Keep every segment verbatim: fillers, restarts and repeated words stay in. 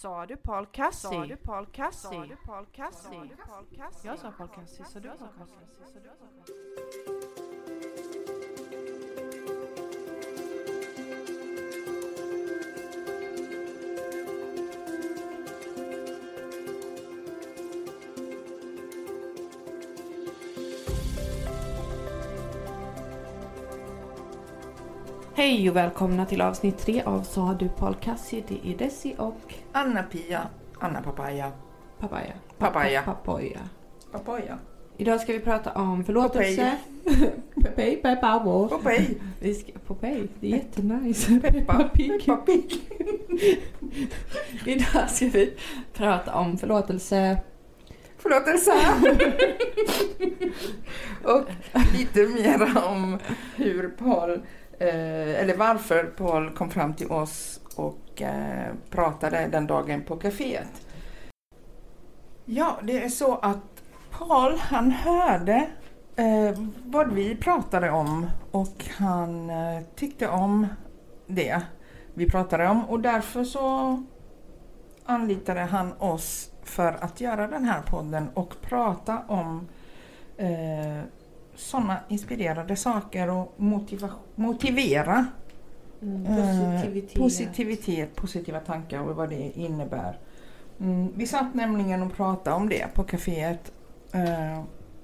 Sa du Paul Cassi? Sa du Paul Cassi? Sa du Paul Cassi? Jag sa Paul Cassi, så du sa Paul Cassi. Hej och välkomna till avsnitt tre av Sa du Paul Cassi. Det är Desi och Anna-Pia, Anna Papaya. Papaya. Papaya. Papoya. Papaya. Idag ska vi prata om förlåtelse. Popeye. Peppa. Popeye. Vi ska Popeye. Det är jättenice. Peppa Pig. Peppa Pig. Idag ska vi prata om förlåtelse. Förlåtelse. Och lite mer om hur Paul Eh, eller varför Paul kom fram till oss och eh, pratade den dagen på kaféet. Ja, det är så att Paul, han hörde eh, vad vi pratade om och han eh, tyckte om det vi pratade om, och därför så anlitade han oss för att göra den här podden och prata om eh, sådana inspirerade saker och motiva- motivera mm, positivitet. Eh, positivitet, positiva tankar och vad det innebär. Mm, vi satt nämligen och pratade om det på kaféet. Eh,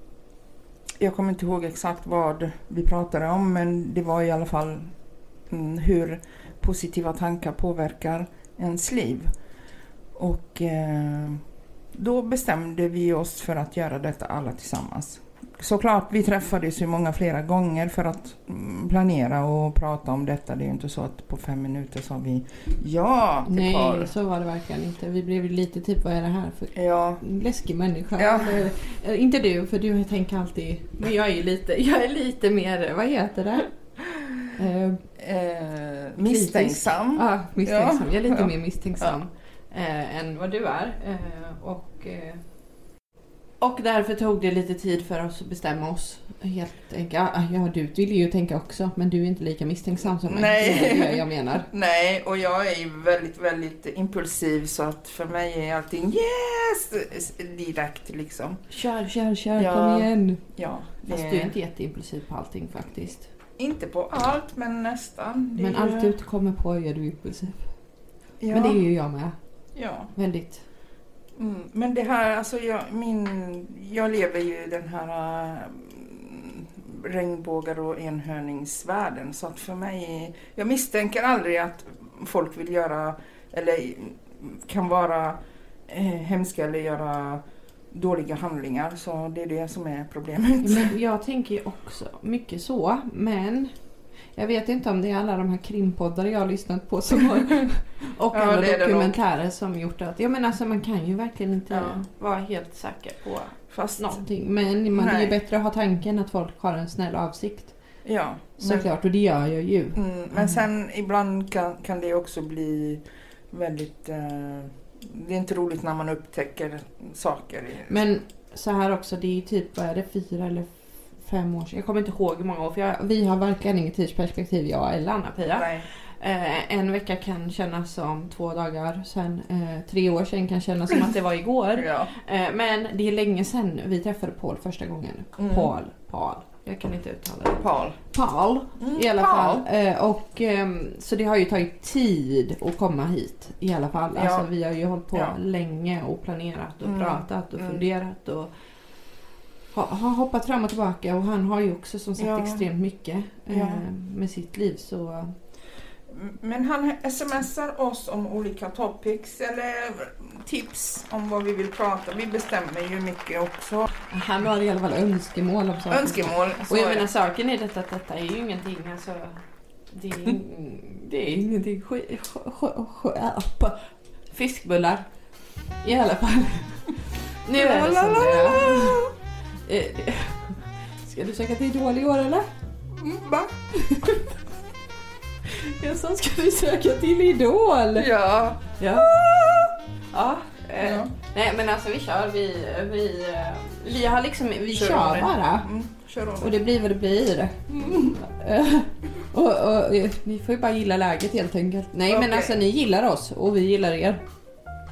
jag kommer inte ihåg exakt vad vi pratade om, men det var i alla fall mm, hur positiva tankar påverkar ens liv. Och eh, då bestämde vi oss för att göra detta alla tillsammans. Såklart, vi träffades ju många flera gånger för att planera och prata om detta. Det är ju inte så att på fem minuter sa vi ja till Nej, Paul. så var det verkligen inte. Vi blev lite typ, vad är det här för ja. läskig människa? Ja. Eller, inte du, för du tänker alltid. Men jag är ju lite, jag är lite mer, vad heter det? Eh, eh, misstänksam. Ja, misstänksam. Ja. Jag är lite ja. mer misstänksam ja. eh, än vad du är. Eh, och... Eh, Och därför tog det lite tid för oss att bestämma oss. Helt enkelt. Ja, du vill ju tänka också. Men du är inte lika misstänksam som mig. Nej. Det är det jag menar. Nej, och jag är ju väldigt, väldigt impulsiv. Så att för mig är allting yes! Direkt liksom. Kör, kör, kör. Ja. Kom igen. Ja, det... Fast du är inte jätteimpulsiv på allting faktiskt. Inte på allt, men nästan. Det men ju... allt du inte kommer på är du impulsiv. Ja. Men det är ju jag med. Ja. Väldigt. Mm, men det här, alltså jag, min, jag lever ju i den här äh, regnbågar och enhörningsvärlden, så att för mig, jag misstänker aldrig att folk vill göra eller kan vara eh, hemska eller göra dåliga handlingar, så det är det som är problemet. Men jag tänker ju också mycket så, men jag vet inte om det är alla de här krimpoddar jag har lyssnat på som har, och ja, alla det dokumentärer som gjort att, jag menar alltså man kan ju verkligen inte ja. vara helt säker på Fast, någonting, men man, det är ju bättre att ha tanken att folk har en snäll avsikt. Ja. Såklart, och det gör jag ju. Mm, men mm. sen ibland kan, kan det också bli väldigt, eh, det är inte roligt när man upptäcker saker. Men så här också, det är ju typ, vad är det, fyra eller fem år sedan. Jag kommer inte ihåg hur många år, för jag, vi har verkligen inget tidsperspektiv, jag eller Anna-Pia. Nej. Eh, en vecka kan kännas som två dagar, sen eh, tre år sedan kan kännas som att det var igår. Ja. Eh, men det är länge sedan vi träffade Paul första gången. Mm. Paul, Paul. Jag kan inte uttala det. Paul. Paul, mm, i alla Paul. fall. Eh, och, eh, så det har ju tagit tid att komma hit i alla fall. Ja. Alltså, vi har ju hållit på ja. länge och planerat och mm. pratat och mm. funderat och har ha hoppat fram och tillbaka, och han har ju också som sagt ja. extremt mycket eh, ja. med sitt liv, så... Men han smsar oss om olika topics eller tips om vad vi vill prata. Vi bestämmer ju mycket också. Han har i alla fall önskemål om saker. Önskemål. Och jag menar, saken är detta att detta är ju ingenting, alltså... Det är, det är ingenting skit... Fiskbullar. I alla fall. Nu är det som det är. Ska du söka till Idol i år eller? Va? Jag sa, ska du söka till Idol? Ja. Ja. Ja. Eh, ja. Nej, men alltså vi kör. Vi, vi, vi har liksom, vi kör, kör bara. Mm, kör och det blir vad det blir. Mm. och, och, och ni får ju bara gilla läget helt enkelt. Nej, okay. Men alltså ni gillar oss och vi gillar er.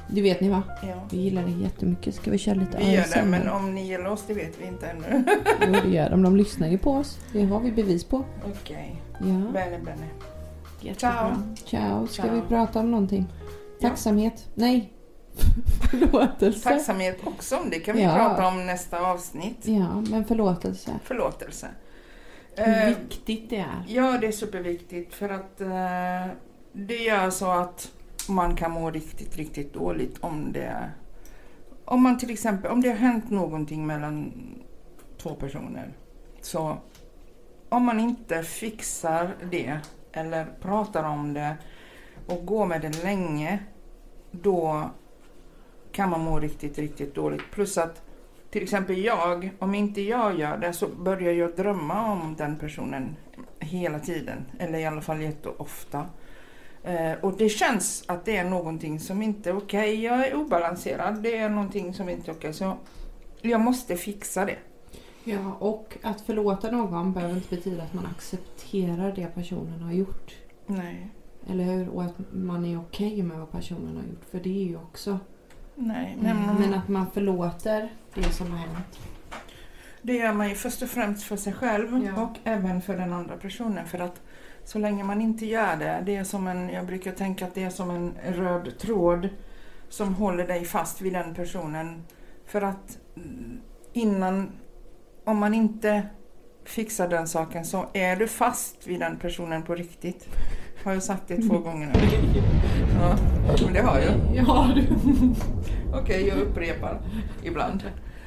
Det vet ni va? Ja. Vi gillar det jättemycket. Ska vi köra lite Vi gör A S M R? det, men om ni gillar oss, det vet vi inte ännu. Jo, det gör de. De lyssnar ju på oss. Det har vi bevis på. Okej. Ja. Bene, bene. Jättebra. Ciao. Ska Ciao. vi prata om någonting? Ja. Tacksamhet? Nej. Förlåtelse. Tacksamhet också, om det kan vi Ja. prata om nästa avsnitt. Ja, men förlåtelse. Förlåtelse. Hur Eh, viktigt det är. Ja, det är superviktigt för att eh, det gör så att man kan må riktigt, riktigt dåligt om det om man till exempel, om det har hänt någonting mellan två personer. Så om man inte fixar det eller pratar om det och går med det länge, då kan man må riktigt, riktigt dåligt. Plus att till exempel jag, om inte jag gör det så börjar jag drömma om den personen hela tiden. Eller i alla fall jätteofta. Eh, och det känns att det är någonting som inte är okej. Okay. Jag är obalanserad. Det är någonting som inte är okej. Okay. Så jag måste fixa det. Ja, och att förlåta någon behöver inte betyda att man accepterar det personen har gjort. Nej. Eller hur? Och att man är okej med vad personen har gjort. För det är ju också... Nej, men, men, men att man förlåter det som har hänt. Det gör man ju först och främst för sig själv. Ja. Och även för den andra personen. För att så länge man inte gör det, det är som en, jag brukar tänka att det är som en röd tråd som håller dig fast vid den personen. För att innan, om man inte fixar den saken så är du fast vid den personen på riktigt. Har jag sagt det två gånger nu? Ja, men det har jag. Ja, du. Okej, okay, jag upprepar ibland.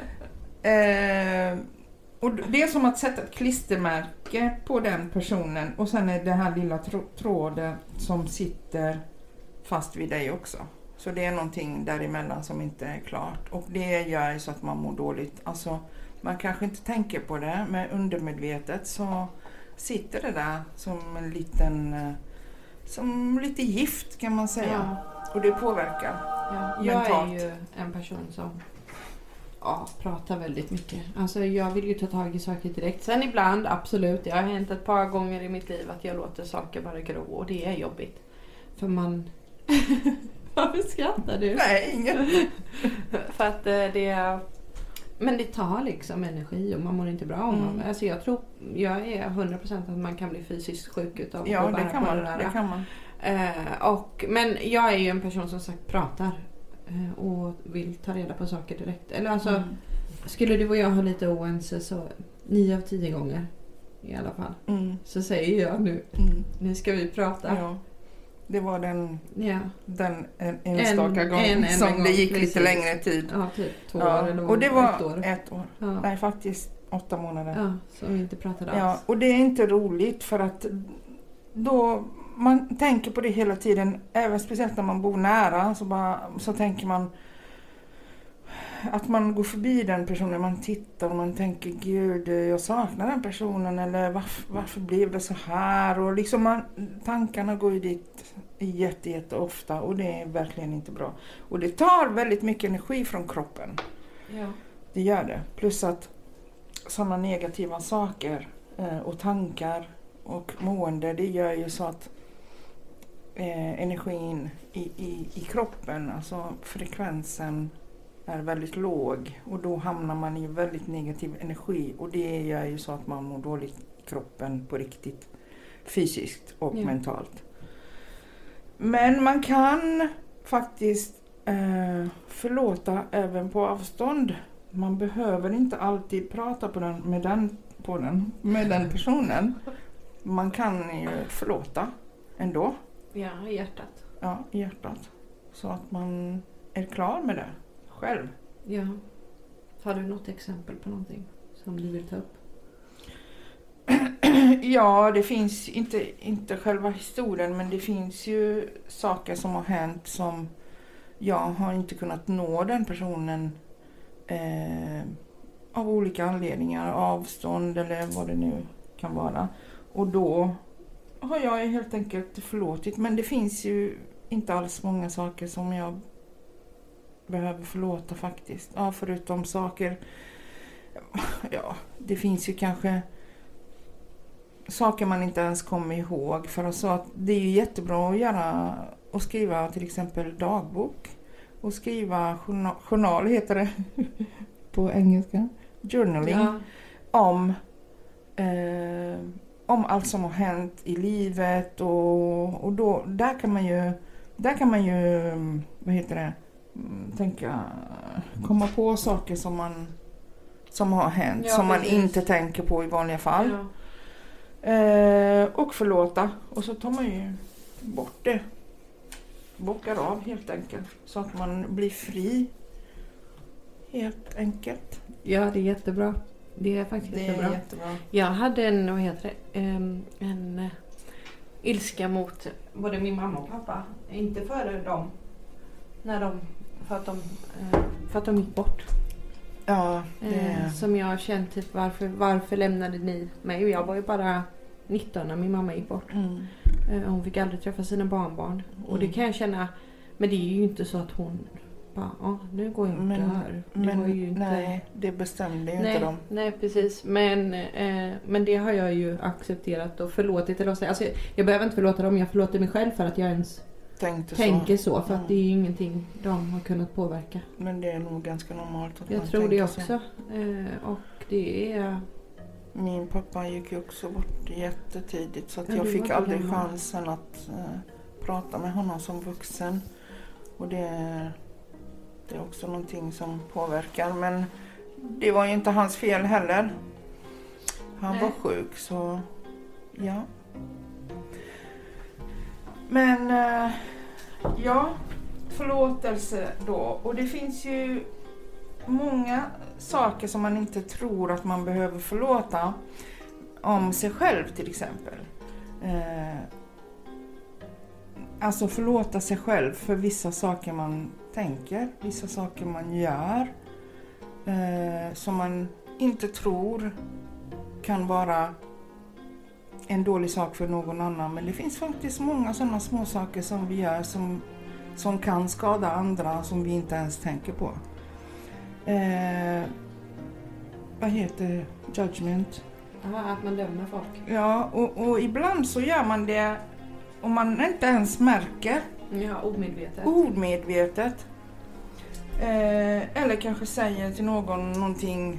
Eh, och det är som att sätta ett klistermärke på den personen och sen är det här lilla tr- tråden som sitter fast vid dig också. Så det är någonting däremellan som inte är klart. Och det gör ju så att man mår dåligt. Alltså, man kanske inte tänker på det, men undermedvetet så sitter det där som en liten, som lite gift kan man säga. Ja. Och det påverkar. Ja. Jag mentalt. är ju en person som ja, pratar väldigt mycket. Alltså jag vill ju ta tag i saker direkt. Sen ibland, absolut, det har hänt ett par gånger i mitt liv att jag låter saker vara grå och det är jobbigt. För man... Varför skrattar du? Nej, inget. För att eh, det är... Men det tar liksom energi och man mår inte bra om Mm. man. Alltså jag tror, jag är hundra procent att man kan bli fysiskt sjuk utav Ja, att det bära kan, på man, det där. det kan man. Eh, och, men jag är ju en person som sagt pratar eh, och vill ta reda på saker direkt. Eller alltså, Mm. skulle du och jag ha lite oense så nio av tio gånger i alla fall. Mm. Så säger jag nu, Mm. nu ska vi prata. Ja. Det var den, Ja, den en, enstaka En- gång en enda som gång, det gick precis. lite längre tid. ja typ två Ja. år eller Och det var ett år. ett år. Ja. Nej, faktiskt åtta månader. Ja, som vi inte pratade alls. Ja, och det är inte roligt för att då man tänker på det hela tiden, även speciellt när man bor nära så, bara, så tänker man att man går förbi den personen, man tittar och man tänker gud, jag saknar den personen eller varför, varför blev det så här och liksom man, tankarna går ju dit jätte, jätte ofta och det är verkligen inte bra. Och det tar väldigt mycket energi från kroppen. Ja. Det gör det. Plus att sådana negativa saker eh, och tankar och mående, det gör ju så att eh, energin i, i, i kroppen, alltså frekvensen är väldigt låg och då hamnar man i väldigt negativ energi och det gör ju så att man mår dåligt i kroppen på riktigt, fysiskt och Ja. mentalt. Men man kan faktiskt eh, förlåta även på avstånd. Man behöver inte alltid prata på den, med, den, på den, med den personen. Man kan ju förlåta ändå, Ja, i hjärtat. ja, i hjärtat. Så att man är klar med det själv. Ja. Har du något exempel på någonting som du vill ta upp? Ja, det finns inte, inte själva historien, men det finns ju saker som har hänt som jag har inte kunnat nå den personen eh, av olika anledningar, avstånd eller vad det nu kan vara. Och då har jag helt enkelt förlåtit, men det finns ju inte alls många saker som jag behöver förlåta faktiskt. Ja, förutom saker, ja, det finns ju kanske saker man inte ens kommer ihåg. För alltså att det är ju jättebra att göra och skriva till exempel dagbok. och skriva journal, journal heter det på engelska, journaling, Ja. om, eh, om allt som har hänt i livet och, och då, där kan man ju, där kan man ju, vad heter det, tänka, komma på saker som man som har hänt, Ja, som man precis. inte tänker på i vanliga fall. Ja. Eh, och förlåta. Och så tar man ju bort det. Bockar av helt enkelt. Så att man blir fri. Helt enkelt. ja, det är jättebra. Det är faktiskt Det jättebra. är jättebra. Jag hade en, vad heter det, en, en uh, ilska mot både min mamma och pappa. Inte före dem. När de, för att de, uh, för att de gick bort. Ja, det Eh, som jag har känt typ, varför, varför lämnade ni mig? Och jag var ju bara nitton när min mamma gick bort. Mm. Eh, hon fick aldrig träffa sina barnbarn. Och det Mm. kan jag känna, men det är ju inte så att hon bara, ja nu går jag och Men- dör. Det Men var ju inte... nej, det bestämde ju nej, inte de. nej, precis. Men, eh, men det har jag ju accepterat och förlåtit. Eller vad säger jag. Alltså, jag, jag behöver inte förlåta dem, jag förlåter mig själv för att jag ens Tänkte tänker så. så. För Mm. att det är ju ingenting de har kunnat påverka. Men det är nog ganska normalt att Jag man tror det tänker också. så. Eh, och det är... Min pappa gick ju också bort jättetidigt så att Ja, jag du fick var aldrig gammal. chansen att eh, prata med honom som vuxen. Och det, det är också någonting som påverkar. Men det var ju inte hans fel heller. Han Nej. var sjuk så ja. Men eh, ja, förlåtelse då. Och det finns ju många saker som man inte tror att man behöver förlåta. Om sig själv till exempel. Eh, alltså förlåta sig själv för vissa saker man tänker, vissa saker man gör. Eh, som man inte tror kan vara en dålig sak för någon annan. Men det finns faktiskt många sådana små saker som vi gör som, som kan skada andra som vi inte ens tänker på. Eh, vad heter judgment? Aha, att man dömer folk. Ja, och, och ibland så gör man det om man inte ens märker, Ja, omedvetet. omedvetet. Eh, eller kanske säger till någon någonting,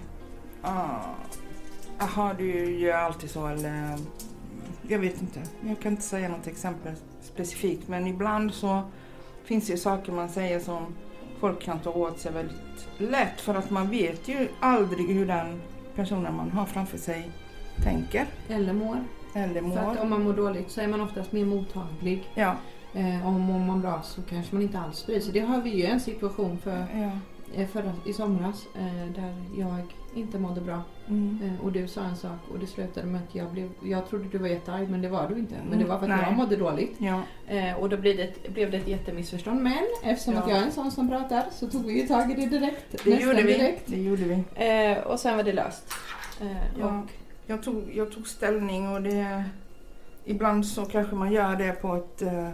jaha ah, du gör alltid så, eller jag vet inte, jag kan inte säga något exempel specifikt, men ibland så finns det saker man säger som folk kan ta åt sig väldigt lätt, för att man vet ju aldrig hur den personen man har framför sig tänker Eller mår. eller För att mår. om man mår dåligt så är man oftast mer mottaglig. Ja, Eh, om mår man bra så kanske man inte alls bryr sig. Det har vi ju en situation för, ja. eh, förra, i somras eh, där jag inte mådde bra. Mm. Eh, och du sa en sak och det slutade med att jag blev, jag trodde du var jättearg, men det var du inte. Men det var för att Nej. jag mådde dåligt. Ja. Eh, och då blev det, ett, blev det ett jättemissförstånd. Men eftersom Ja. att jag är en sån som pratar så tog vi ju tag i det direkt. Det nästan gjorde vi. direkt. Det gjorde vi. Eh, och sen var det löst. Eh, Ja. och, Jag tog, jag tog ställning och det, ibland så kanske man gör det på ett, eh,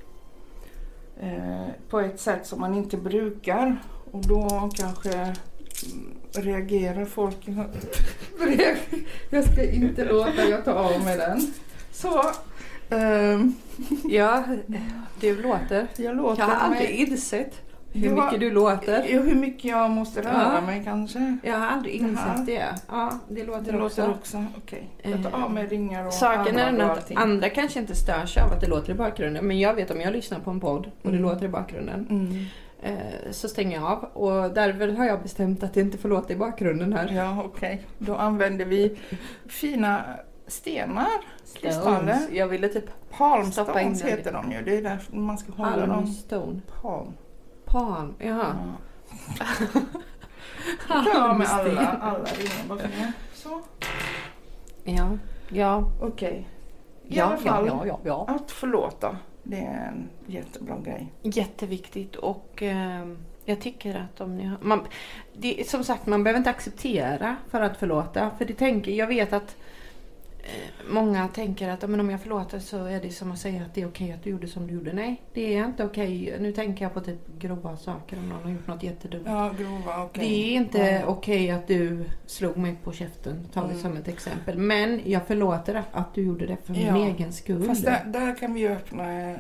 eh, på ett sätt som man inte brukar. Och då kanske mm, reagerar folk. Jag ska inte låta jag ta av med den. Så. ehm, ja, du låter. jag låter Jag har aldrig mig, insett hur Du har- mycket du låter. Ja, hur mycket jag måste röra Ja. mig kanske. Jag har aldrig Jaha. insett det. Ja, det låter Det också. låter också. Okej. Jag tar av mig ringar och Saken är armband den och att allting. andra kanske inte stör sig av att det låter i bakgrunden. Men jag vet om jag lyssnar på en podd och det Mm. låter i bakgrunden. Mm. Eh, så stänger jag av. Och därför har jag bestämt att det inte får låta i bakgrunden här. Ja, okej. Då använder vi fina stenar, kristaller. Stones. Jag ville typ Palm Stoppa in stones den. heter de ju. Det är därför man ska hålla dem. Palmstone. Palm. Palm, jaha. Ja. Jag tar av med alla, alla ringar bakom här. Så, Ja, ja. okej. I Ja, alla fall, ja, ja, ja. att förlåta. Det är en jättebra grej. Jätteviktigt och eh, jag tycker att om ni har, man, det, som sagt, man behöver inte acceptera för att förlåta. För det tänker, jag vet att eh, många tänker att men om jag förlåter så är det som att säga att det är okej att du gjorde som du gjorde. Nej, det är inte okej. Nu tänker jag på typ grova saker om någon har gjort något jättedumt. Ja, grova, okej. Det är inte Ja. okej att du slog mig på käften, tar vi Mm. som ett exempel. Men jag förlåter att, att du gjorde det för min Ja. egen skull. Fast där, där kan vi ju öppna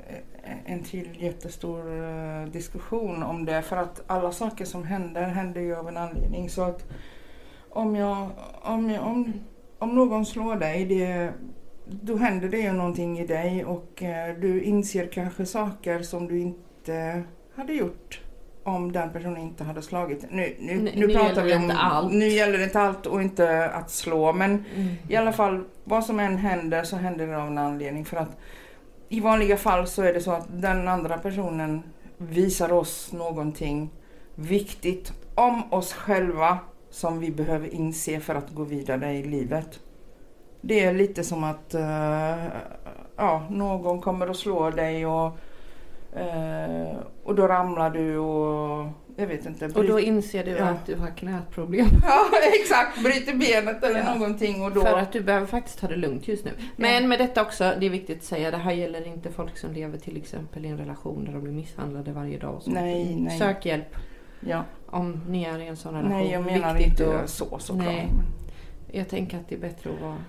en till jättestor uh, diskussion om det. För att alla saker som händer, händer ju av en anledning. Så att om, jag, om, jag, om, om någon slår dig, det, då händer det ju någonting i dig. Och uh, du inser kanske saker som du inte hade gjort om den personen inte hade slagit. Nu, nu, nu, nu pratar vi om allt. Nu gäller det inte allt och inte att slå. Men mm. i alla fall, vad som än händer så händer det av en anledning. För att i vanliga fall så är det så att den andra personen visar oss någonting viktigt om oss själva som vi behöver inse för att gå vidare i livet. Det är lite som att uh, ja, någon kommer och slår dig och Uh, och då ramlar du och jag vet inte. Bryt... Och då inser du ja. att du har knäproblem. Ja, exakt. Bryter benet eller ja. någonting. Och då... För att du behöver faktiskt ta det lugnt just nu. Men ja. med detta också, det är viktigt att säga, det här gäller inte folk som lever till exempel i en relation där de blir misshandlade varje dag. Och nej, nej. Sök hjälp. Ja. Om ni är i en sån relation. Nej, jag menar viktigt inte och... så såklart. Nej. Jag tänker att det är bättre att vara...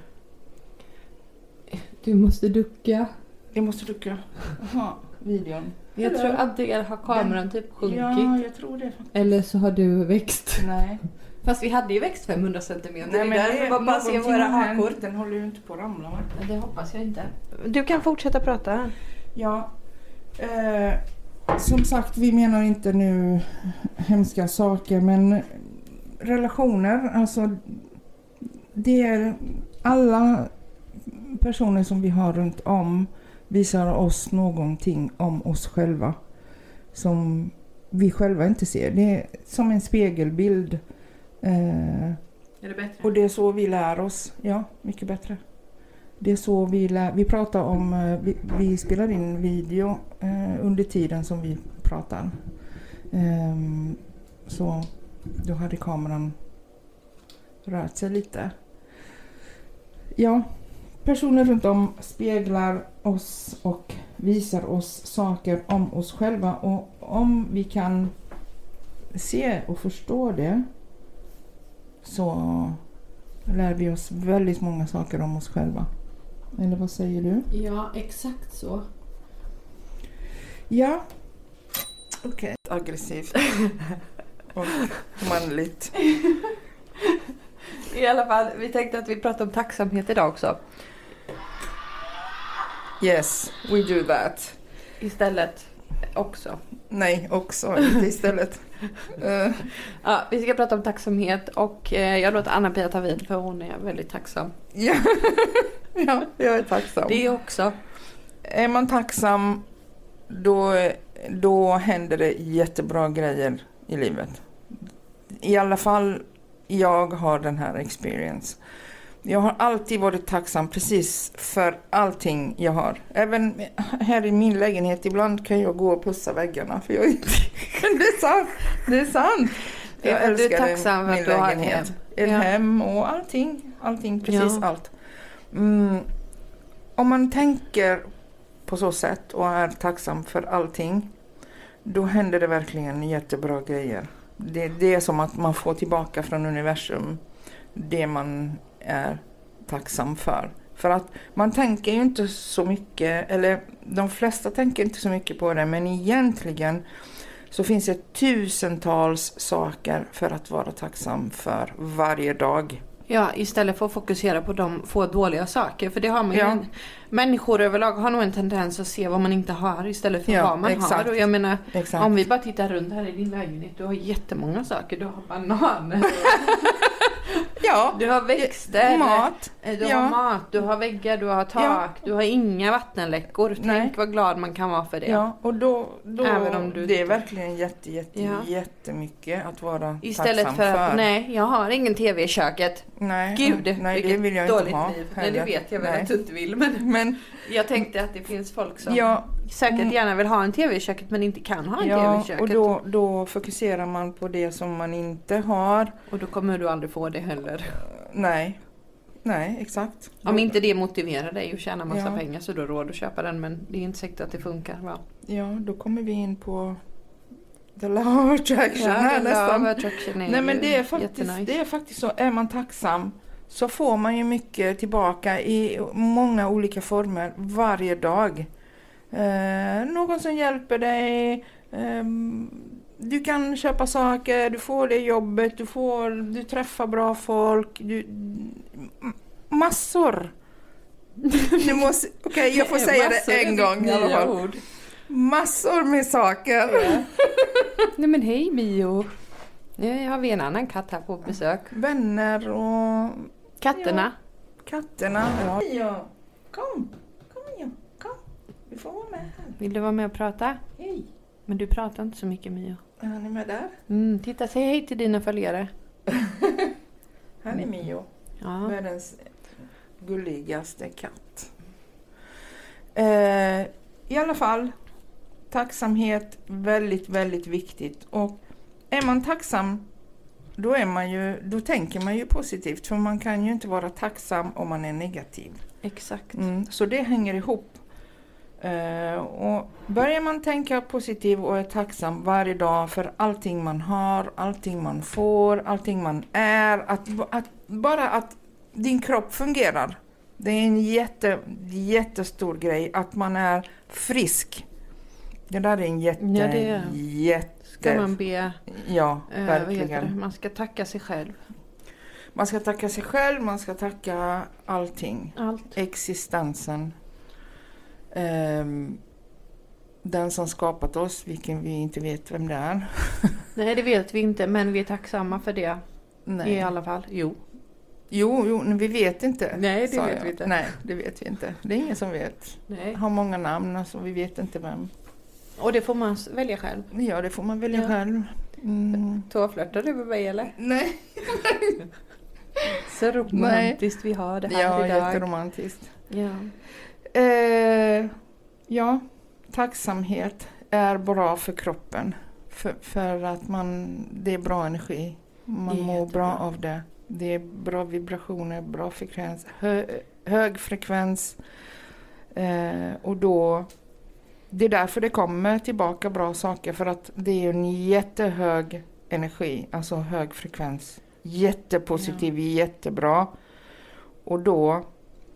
Du måste ducka. Jag måste ducka. Jaha. Videon. Jag Eller? tror antingen har kameran typ sjunkit. Ja, jag tror det faktiskt. Eller så har du växt. Nej. Fast vi hade ju växt femhundra centimeter. Nej, men det var bara se våra hakor. Den håller ju inte på att ramla, va? Det hoppas jag inte. Du kan fortsätta prata. Ja. Eh, som sagt, vi menar inte nu hemska saker. Men relationer, alltså det är alla personer som vi har runt om visar oss någonting om oss själva som vi själva inte ser. Det är som en spegelbild. Eh, är det bättre? Och det är så vi lär oss. Ja, mycket bättre. Det är så vi lär. Vi pratar om, eh, vi, vi spelar in video eh, under tiden som vi pratar. Eh, så då hade kameran rört sig lite. Ja. Personer runt om speglar oss och visar oss saker om oss själva. Och om vi kan se och förstå det så lär vi oss väldigt många saker om oss själva. Eller vad säger du? Ja, exakt så. Ja. Okej. Okay. Aggressivt. Och manligt. I alla fall, vi tänkte att vi pratar om tacksamhet idag också. Yes, we do that. Istället också. Nej, också, inte istället. uh. Ja, vi ska prata om tacksamhet och eh, jag låter Anna-Pia ta vid för hon är väldigt tacksam. Ja, ja, jag är tacksam. Det också. Är man tacksam, då, då händer det jättebra grejer i livet. I alla fall, jag har den här experience. Jag har alltid varit tacksam precis för allting jag har. Även här i min lägenhet, ibland kan jag gå och pussa väggarna. För jag, det är sant. Det är sant. Jag ja, älskar du är tacksam min att du har ett lägenhet. hem. Ett ja. hem och allting. Allting, precis ja. allt. Mm. Om man tänker på så sätt och är tacksam för allting, då händer det verkligen jättebra grejer. Det, det är som att man får tillbaka från universum det man är tacksam för. För att man tänker ju inte så mycket, eller de flesta tänker inte så mycket på det, men egentligen så finns det tusentals saker för att vara tacksam för varje dag. Ja, istället för att fokusera på de få dåliga saker. För det har man ja. ju, människor överlag har nog en tendens att se vad man inte har istället för ja, vad man exakt. har. Och jag menar, exakt. om vi bara tittar runt här i din lägenhet, du har jättemånga saker. Du har bananer. ja. Du har växter. Mat. Du ja. har mat, du har väggar, du har tak. Ja. Du har inga vattenläckor. Tänk Nej. vad glad man kan vara för det. Ja, och då, då Även om du det är verkligen jätte, jätte, ja. jättemycket att vara istället tacksam för. för. Att, nej, jag har ingen tv i köket. Nej, Gud, nej det vill jag inte ha. Liv. Nej, det vet jag väl nej. att du inte vill. Men, men jag tänkte att det finns folk som ja, säkert mm, gärna vill ha en tv i köket men inte kan ha en ja, tv i köket. Och då, då fokuserar man på det som man inte har. Och då kommer du aldrig få det heller. Nej, nej exakt. Om inte det motiverar dig att tjäna massa ja. pengar så då råd att köpa den, men det är inte säkert att det funkar, va? Ja, då kommer vi in på the law of attraction. Ja, här, the law of attraction är Nej, men det är, faktiskt, jättenice. det är faktiskt så, är man tacksam så får man ju mycket tillbaka i många olika former varje dag. Eh, någon som hjälper dig. Eh, du kan köpa saker, du får det jobbet, du, får, du träffar bra folk. Du, massor. Du måste, okej, okay, jag får säga det en gång i alla fall. Massor med saker. Ja. Nej men hej Mio. Nu har vi en annan katt här på besök. Vänner och... Katterna. Ja, katterna. Ja. Ja. Kom, kom Mio, kom. Du får vara med här. Vill du vara med och prata? Hej. Men du pratar inte så mycket Mio. Är ni med där? Mm, titta, säg hej till dina följare. Här är Mio. Ja. Världens gulligaste katt. Eh, I alla fall, tacksamhet väldigt, väldigt viktigt. Och är man tacksam, då, är man ju, då tänker man ju positivt. För man kan ju inte vara tacksam om man är negativ. Exakt. Mm, så det hänger ihop. Eh, och börjar man tänka positivt och är tacksam varje dag för allting man har, allting man får, allting man är. Att, att, bara att din kropp fungerar. Det är en jätte, jättestor grej att man är frisk. Det där är en jätte, Ja, det är. jätte... Ska man be, ja, eh, verkligen. vad heter det? Man ska tacka sig själv. Man ska tacka sig själv, man ska tacka allting. Allt. Existensen. Um, den som skapat oss, vilken vi inte vet vem det är. Nej, det vet vi inte, men vi är tacksamma för det. Nej. I alla fall. Jo. Jo, jo, men vi vet inte. Nej, det sa vet jag. vi inte. Nej, det vet vi inte. Det är ingen som vet. Nej. Har många namn, alltså vi vet inte vem. Och det får man s- välja själv. Ja, det får man välja Ja. själv. Mm. Tåflörtar du med mig eller? Nej. Så romantiskt vi har det här Ja, idag. jätteromantiskt. Ja. Eh, ja, tacksamhet är bra för kroppen. För, för att man, det är bra energi. Man mår Jättebra. bra av det. Det är bra vibrationer, bra frekvens, hö, hög frekvens. Eh, och då, det är därför det kommer tillbaka bra saker. För att det är en jättehög energi, alltså hög frekvens. Jättepositiv, ja. Jättebra. Och då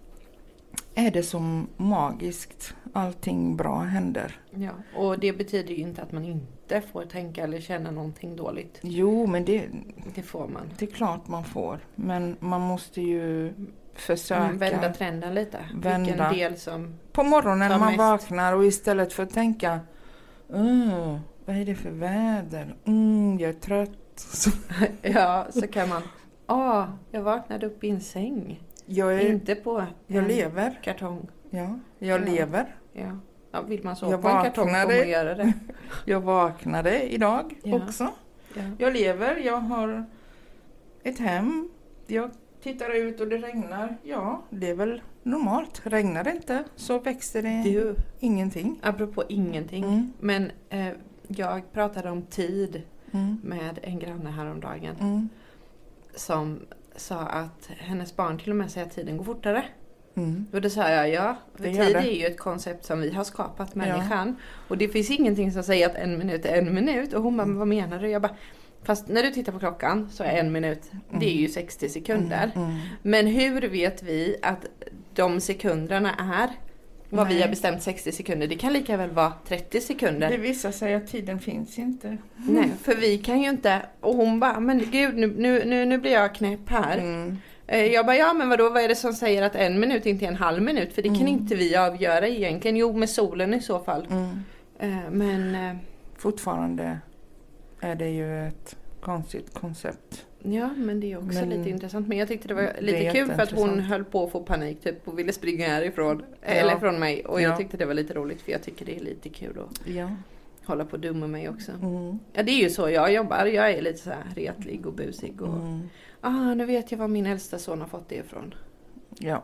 är det som magiskt. Allting bra händer. Ja, och det betyder ju inte att man inte får tänka eller känna någonting dåligt. Jo, men det, Det får man. det är klart man får. Men man måste ju försöka. Mm, vända trenden lite. Vända. Vilken del som... På morgonen när Ta man mest. vaknar och istället för att tänka uh, vad är det för väder? Mm, jag är trött. Så, Ja, så kan man... Ah, jag vaknade upp i en säng. jag är, Inte på jag en lever. kartong. Ja, jag Ja. lever. Ja. Ja, vill man sova Jag på en kartong får vaknade. man göra det. Jag vaknade idag Ja. också. Ja. Jag lever, jag har ett hem. Jag tittar ut och det regnar. Ja, det är väl normalt. Regnar det inte så växer det Du, ingenting. apropå ingenting. Mm. Men eh, jag pratade om tid Mm. med en granne häromdagen. Mm. Som sa att hennes barn till och med säger att tiden går fortare. Mm. Och då sa jag, ja, för Det gör tid det. är ju ett koncept som vi har skapat, människan. Och det finns ingenting som säger att en minut är en minut. Och hon bara, men vad menar du? Jag bara, fast när du tittar på klockan så är en minut, det är ju sextio sekunder. Mm. Men hur vet vi att de sekunderna är vad Nej. vi har bestämt sextio sekunder? Det kan lika väl vara trettio sekunder. Det visar sig att tiden finns inte. Nej, för vi kan ju inte... Och hon bara, men gud, nu, nu, nu, nu blir jag knäpp här. Mm. Eh, Jag bara, ja men vadå, vad är det som säger att en minut inte är en halv minut? För det kan Mm. inte vi avgöra egentligen. Jo, med solen i så fall. Mm. Eh, Men eh, Fortfarande är det ju ett konstigt koncept. ja, men det är också Men- lite intressant. Men jag tyckte det var Det lite är kul för att hon jätteintressant. höll på att få panik typ och ville springa härifrån. Ja. Eller från mig. Och jag Ja. tyckte det var lite roligt för jag tycker det är lite kul att Ja. hålla på och dumma mig också. Mm. Ja, det är ju så jag jobbar. Jag är lite så här retlig och busig. Och Mm. ah, nu vet jag vad min äldsta son har fått det ifrån. Ja.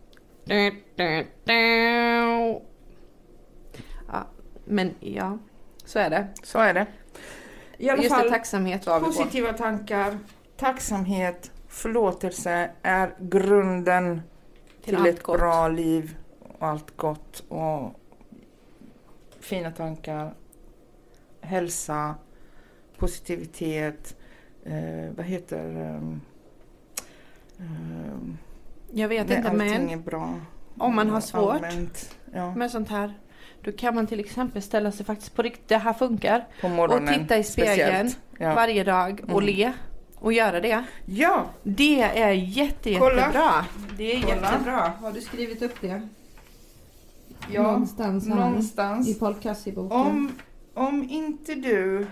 Ja, men ja, så är det. Så är det. I alla Just fall, det, tacksamhet var vi på. positiva tankar, tacksamhet, förlåtelse är grunden till, allt ett gott. bra liv och allt gott och fina tankar, hälsa, positivitet, eh, vad heter um, um, Jag vet det, inte, allting men är bra. om man har svårt Allmänt, ja. med sånt här, Då kan man till exempel ställa sig faktiskt på riktigt, det här funkar. På morgonen, och titta i spegeln ja. varje dag och mm. le. Och göra det. Ja. Det är jätte, jättebra. Det är Kolla. jättebra. Har du skrivit upp det? Ja, någonstans, någonstans. i folkkasseboken. Om, om inte du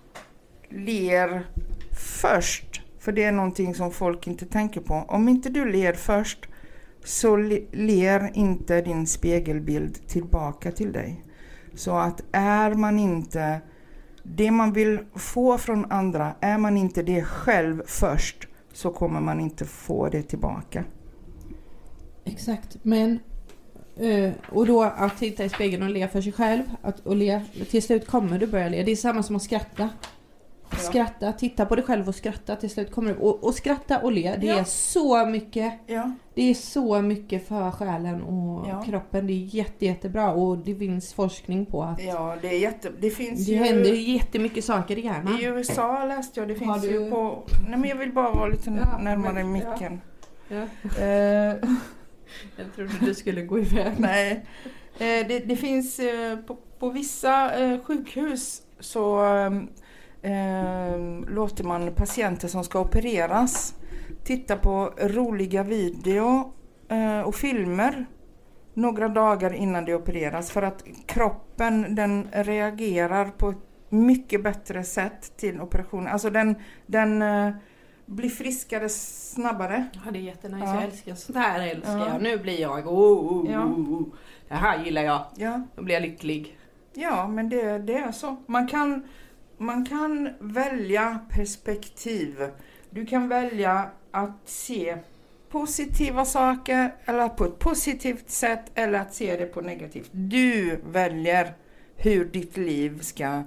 ler först, för det är någonting som folk inte tänker på. Om inte du ler först så ler inte din spegelbild tillbaka till dig. Så att är man inte det man vill få från andra, är man inte det själv först, så kommer man inte få det tillbaka. Exakt, men och då att titta i spegeln och le för sig själv, att, och le, till slut kommer du börja le. Det är samma som att skratta. Ja. Skratta, titta på dig själv och skratta, till slut kommer du, och, och skratta och le, det ja. är så mycket ja. det är så mycket för själen och ja. kroppen, det är jätte, jättebra, och det finns forskning på att ja, det är jätte, det finns det ju, händer jättemycket saker i hjärnan. I U S A läste jag, det finns du... ju på, nej men jag vill bara vara lite ja, närmare men, micken. Ja. Ja. Uh, jag trodde du skulle gå iväg. Nej, uh, det, det finns uh, på, på vissa uh, sjukhus så um, uh, låter man patienter som ska opereras titta på roliga video uh, och filmer några dagar innan det opereras, för att kroppen den reagerar på ett mycket bättre sätt till operationen. Alltså den, den uh, blir friskare snabbare. Ja, det är jättenice. Ja. Jag älskar sånt här, älskar ja. jag. Nu blir jag, oh, oh, ja. oh, oh. Det här gillar jag. Ja. Då blir jag lycklig. Ja, men det, det är så. Man kan, man kan välja perspektiv. Du kan välja att se positiva saker eller på ett positivt sätt, eller att se det på negativt. Du väljer hur ditt liv ska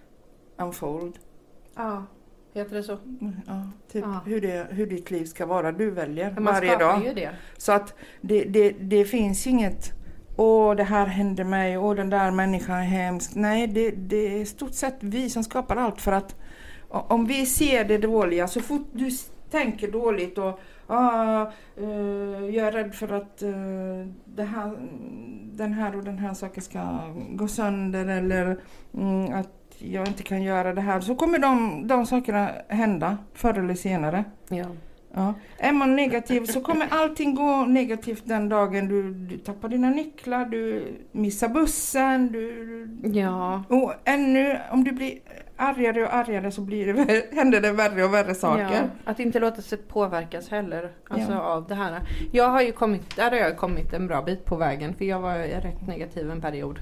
unfold. Ja, heter det så? Ja, typ ja. Hur, det, hur ditt liv ska vara. Du väljer men man varje dag. Ju det. Så att det, det, det finns inget åh, det här hände mig, åh, den där människan är hemsk. Nej, det, det är stort sett vi som skapar allt, för att om vi ser det dåliga, så fort du tänker dåligt och ah, uh, jag är rädd för att uh, det här, den här och den här saken ska gå sönder, eller mm, att jag inte kan göra det här, så kommer de, de sakerna hända förr eller senare. Ja. Ja. Är man negativ så kommer allting gå negativt den dagen du, du tappar dina nycklar, du missar bussen, du, ja. och ännu om du blir argare och argare så blir det, händer det värre och värre saker. Ja, att inte låta sig påverkas heller, alltså ja. av det här. Jag har ju kommit, där har jag kommit en bra bit på vägen, för jag var rätt negativ en period.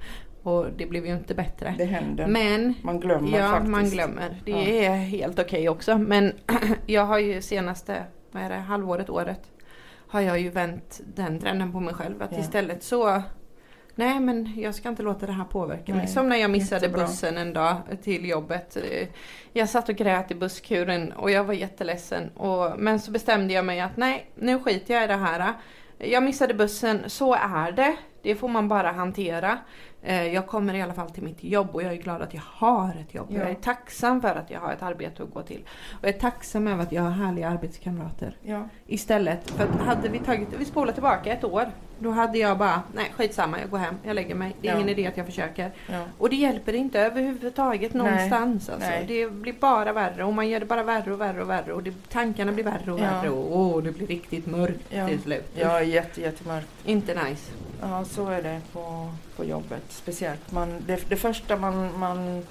Och det blev ju inte bättre. Det händer. Men, man glömmer ja, faktiskt. man glömmer. Det ja. är helt okej okay också. Men jag har ju senaste, vad är det, halvåret, året, har jag ju vänt den trenden på mig själv. Att ja. istället så, nej men jag ska inte låta det här påverka nej. mig. Som när jag missade Jättebra. bussen en dag till jobbet. Jag satt och grät i busskuren och jag var jätteledsen. Och, men så bestämde jag mig att nej, nu skiter jag i det här. Jag missade bussen, så är det. Det får man bara hantera. Jag kommer i alla fall till mitt jobb och jag är glad att jag har ett jobb. Ja. Jag är tacksam för att jag har ett arbete att gå till. Och jag är tacksam över att jag har härliga arbetskamrater. Ja. Istället för att hade vi tagit, vi spolar tillbaka ett år. Då hade jag bara, nej skitsamma, jag går hem, jag lägger mig. Det är ja. ingen idé att jag försöker. Ja. Och det hjälper inte överhuvudtaget någonstans. Nej. Alltså. Nej. Det blir bara värre och man gör det bara värre och värre och värre. Och det, tankarna blir värre och värre. Ja. Och åh, det blir riktigt mörkt ja. till slut. Ja, jätte, jättemörkt. Inte nice. Ja, så är det på, på jobbet. Speciellt. Man, det, det första man, man,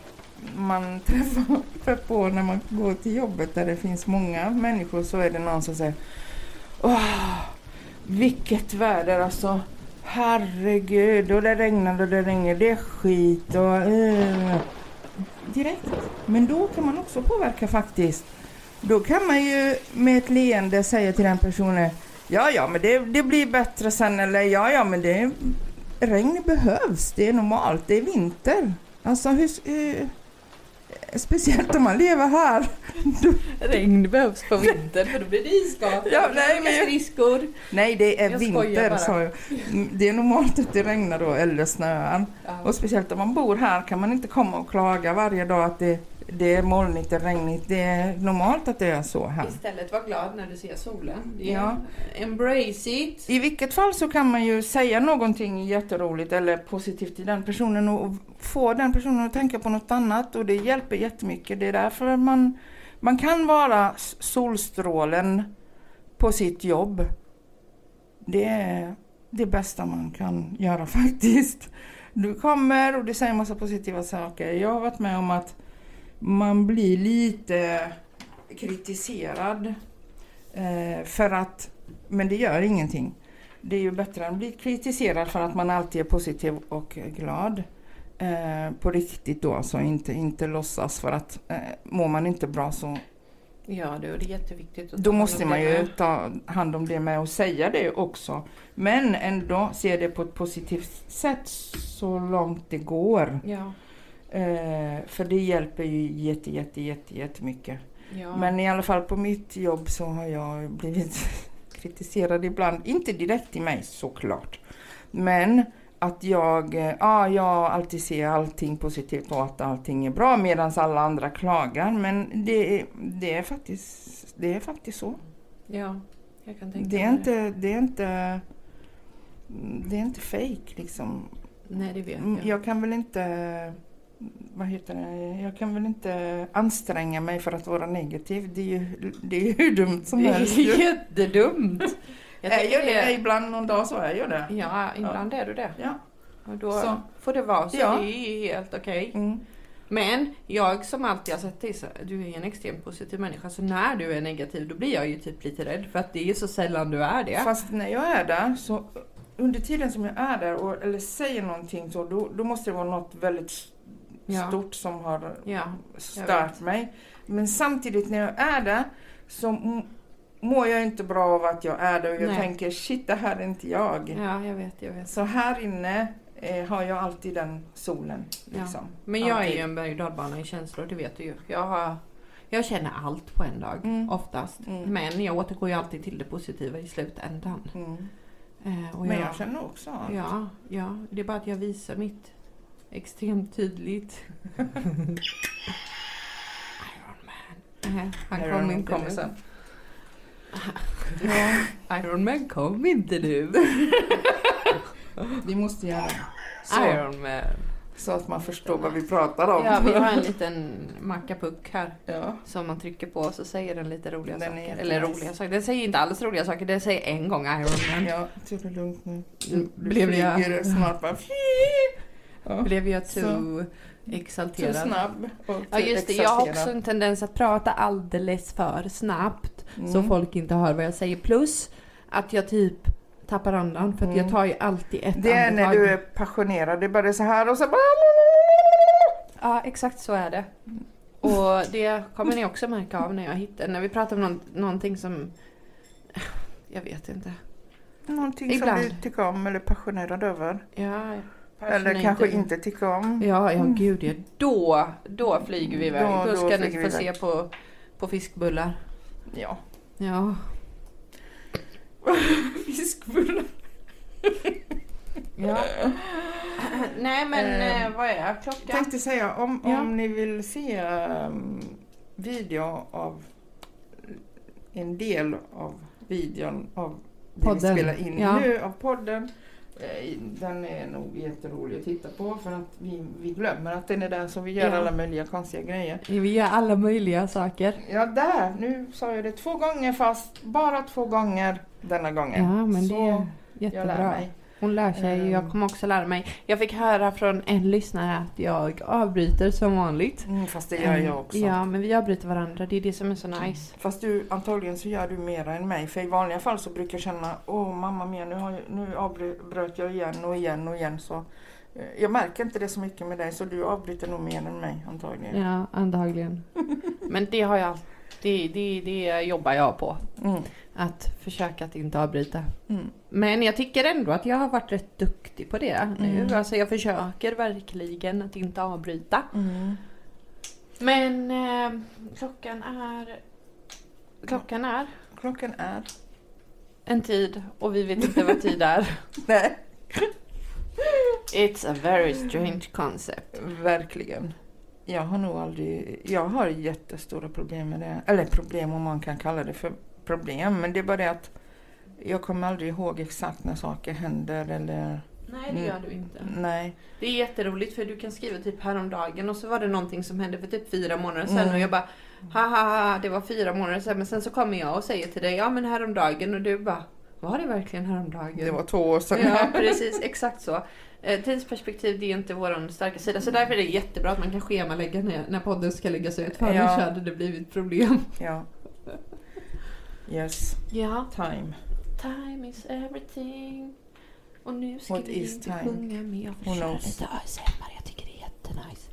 man träffar på när man går till jobbet där det finns många människor, så är det någon som säger åh, vilket väder alltså. Herregud, och det regnar och det regnar, det är skit och uh. direkt. Men då kan man också påverka faktiskt. Då kan man ju med ett leende säga till den personen, ja ja men det, det blir bättre sen, eller ja ja men det regn behövs, det är normalt, det är vinter. Alltså hur, uh, speciellt om man lever här. Regn behövs på vinter, för då blir det isgata. Ja, nej, men skridskor. Nej, det är jag vinter. Så det är normalt att det regnar då, eller snöar. Ja. Och speciellt om man bor här kan man inte komma och klaga varje dag att det det är molnigt, det är regnigt. Det är normalt att det är så här. Istället var glad när du ser solen. Ja. Embrace it. I vilket fall så kan man ju säga någonting jätteroligt eller positivt till den personen och få den personen att tänka på något annat, och det hjälper jättemycket. Det är därför man, man kan vara solstrålen på sitt jobb. Det är det bästa man kan göra faktiskt. Du kommer och du säger massa positiva saker. Jag har varit med om att man blir lite kritiserad eh, för att, men det gör ingenting. Det är ju bättre än att bli kritiserad för att man alltid är positiv och glad. Eh, på riktigt då, så inte, inte låtsas, för att eh, mår man inte bra så ja, det är jätteviktigt. Att då måste man ju ta hand om det med och säga det också. Men ändå se det på ett positivt sätt så långt det går. Ja. Eh, för det hjälper ju jätte, jätte, jätte, jättemycket. Ja. Men i alla fall på mitt jobb så har jag blivit kritiserad ibland. Inte direkt i mig såklart. Men att jag, ja, jag alltid ser allting positivt och att allting är bra medan alla andra klagar. Men det är, det är, faktiskt, det är faktiskt så. Ja, jag kan tänka det är mig inte, det är inte, det är inte fake liksom. Nej, det vet jag. Jag kan väl inte, vad heter det? Jag kan väl inte anstränga mig för att vara negativ. Det är ju, det är ju hur dumt som det helst. Det är jättedumt. Jag är jag det, det ibland någon dag så är jag det. Ja, ibland ja. är du det. Ja. Och då så. får det vara så. Ja. Det är helt okej. Okay. Mm. Men jag som alltid har sett dig, så du är en extremt positiv människa. Så när du är negativ, då blir jag ju typ lite rädd. För att det är så sällan du är det. Fast när jag är där, så under tiden som jag är där och, eller säger någonting så, då, då måste det vara något väldigt ja. stort som har ja, stört mig. Men samtidigt när jag är där så m- mår jag inte bra av att jag är där. Och jag Nej. tänker, shit, det här är inte jag. Ja, jag vet, jag vet. Så här inne eh, har jag alltid den solen. Liksom. Ja. Men jag alltid. är ju en berg- och dalbana i känslor, det vet du ju. Jag, har, jag känner allt på en dag, mm. oftast. Mm. Men jag återgår ju alltid till det positiva i slutändan. Mm. Eh, och Men jag, jag känner också allt. Ja, ja, det är bara att jag visar mitt extremt tydligt. Iron Man. Nej, han Iron kom Man inte kommer nu. sen. Ja. Iron Man kom inte nu. Vi måste göra så. Iron Man. Så att man förstår vad vi pratar om. Ja, vi har en liten mackapuck här. Ja. Som man trycker på och så säger den lite roliga Den saker. är Eller nice. roliga saker. Den säger inte alls roliga saker. Den säger en gång Iron Man. Ja, ta det lugnt nu. Du, Du blev flyger jag, snart bara. Ja. Blev jag too Så exalterad? snabb och too Ja just det, jag har exalterad. också en tendens att prata alldeles för snabbt. Mm. Så folk inte hör vad jag säger. Plus att jag typ tappar andan. För att Mm. jag tar ju alltid ett Det är andetag. när du är passionerad. Det är bara så här och så bara... Ja, exakt så är det. Och det kommer ni också märka av när jag hittar. När vi pratar om någon, någonting som... Jag vet inte. Någonting Ibland. som du tycker om eller är passionerad över. Ja, Eller kanske inte tycker om. Ja, ja gud ja. Då, då flyger vi iväg. Då- Då, då ska ni flyger vi få se iväg. på, på fiskbullar. Ja. Ja. Fiskbullar. Ja. Nej men Eh, eh, vad är Jag klockan? tänkte säga, om, Ja. om ni vill se um, video av en del av videon av det Podden. vi spelar in Ja. nu av podden. eh, Den är nog jätterolig att titta på för att vi, vi glömmer att den är där, så vi gör Ja. alla möjliga konstiga grejer. Vi gör alla möjliga saker. Ja, där! Nu sa jag det två gånger, fast bara två gånger denna gången. Ja men så det är jag lär jättebra. mig. Hon lär sig, Mm. jag kommer också lära mig. Jag fick höra från en lyssnare att jag avbryter som vanligt. Mm, fast det gör jag också. Ja, men vi avbryter varandra. Det är det som är så nice. Fast du, antagligen så gör du mera än mig. För i vanliga fall så brukar jag känna, åh mamma mia, nu, har jag, nu avbröt jag igen och igen och igen. Så eh, jag märker inte det så mycket med dig, så du avbryter nog mer än mig antagligen. Ja, antagligen. Men det har jag, det, det, det jobbar jag på. Mm. Att försöka att inte avbryta. Mm. Men jag tycker ändå att jag har varit rätt duktig på det nu. Mm. Alltså jag försöker verkligen att inte avbryta. Mm. Men eh, klockan är... Klockan är Klockan är... en tid och vi vet inte vad tid är. Nej, It's a very strange concept. verkligen. Jag har nog aldrig, jag har jättestora problem med det. Eller problem om man kan kalla det för problem. Men det är bara det att jag kommer aldrig ihåg exakt när saker händer eller... Nej, det gör du inte. Nej. Det är jätteroligt för du kan skriva typ häromdagen och så var det någonting som hände för typ fyra månader sedan Mm. och jag bara haha, det var fyra månader sedan, men sen så kommer jag och säger till dig, ja men häromdagen, och du bara, var det verkligen häromdagen? Det var två år sedan. Ja, precis, exakt så. Eh, tidsperspektiv, det är inte vår starka sida, så därför är det jättebra att man kan schemalägga när, när podden ska läggas ut, för Ja. annars hade det blivit problem. Ja. Yes. Ja. Time. Time is everything. Och nu ska What vi is inte time? sjunga med. Jag Who får köra knows? lite A S M R. Jag tycker det är jättenice.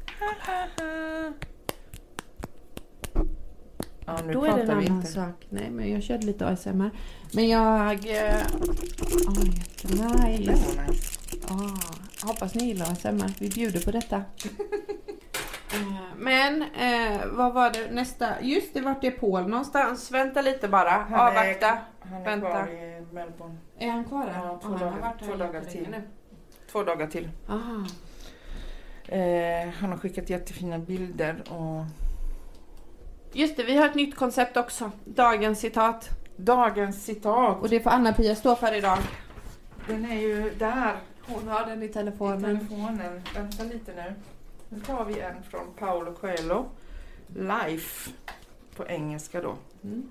Ja, nu Då är det pratar en vi annan inte. sak. Nej, men jag körde lite A S M R. Men jag... Eh, oh, jättenice. Det var nice. Ah, hoppas ni gillar A S M R. Vi bjuder på detta. Eh, Men eh, vad var det nästa? Just det, vart är Paul någonstans? Vänta lite bara. Han är- Avvakta. Han är Vänta. kvar i Melbourne. Är han kvar där? Ja, två Ah, han har dagar- varit här två dagar jättelänge till. nu. Två dagar till. Aha. Eh, han har skickat jättefina bilder och Just det, vi har ett nytt koncept också. Dagens citat. dagens citat. Och det får Anna-Pia stå för idag. Den är ju där Hon har den i i telefonen. telefonen. Vänta lite nu. Nu tar vi en från Paulo Coelho. Life. På engelska då. Mm.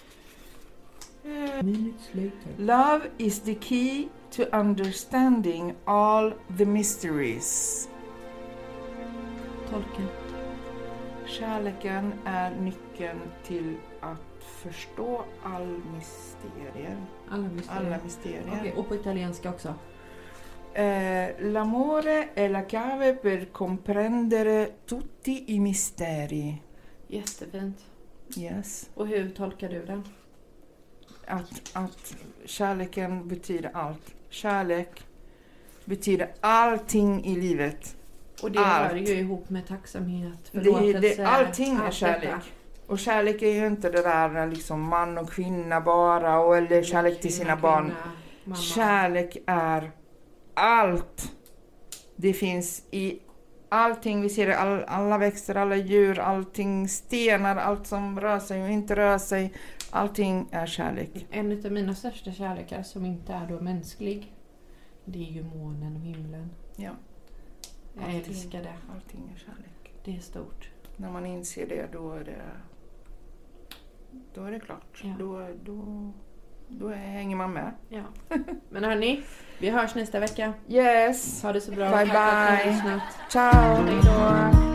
Minutes later. Love is the key to understanding all the mysteries. Tolken. Kärleken är nyckeln till att förstå all mysterier. Alla mysterier. Alla mysterier. Okej, och på italienska också. Eh, l'amore è la chiave per comprendere tutti i misteri. Jättefint. Yes. Och hur tolkar du den? Att, att kärleken betyder allt. Kärlek betyder allting i livet. Och det Allt. hör ju ihop med tacksamhet, Det, förlåtelse. det, allting är allt kärlek. detta. Och kärlek är ju inte det där liksom man och kvinna bara. Och, eller kärlek till sina Kvinna, barn. kvinna, mamma. Kärlek är allt. Det finns i allting. Vi ser det, all, alla växter, alla djur, allting, stenar, allt som rör sig och inte rör sig. Allting är kärlek. En av mina största kärlekar som inte är då mänsklig, det är ju månen och himlen. Ja. Jag Allting. älskar det. Allting är kärlek. Det är stort. När man inser det, då är det då är det klart. Ja. Då, då, då är, hänger man med. Ja. Men hörni, vi hörs nästa vecka. Yes. Ha det så bra. Bye Tack för att ni har bye. lyssnat. Ciao. Hej då.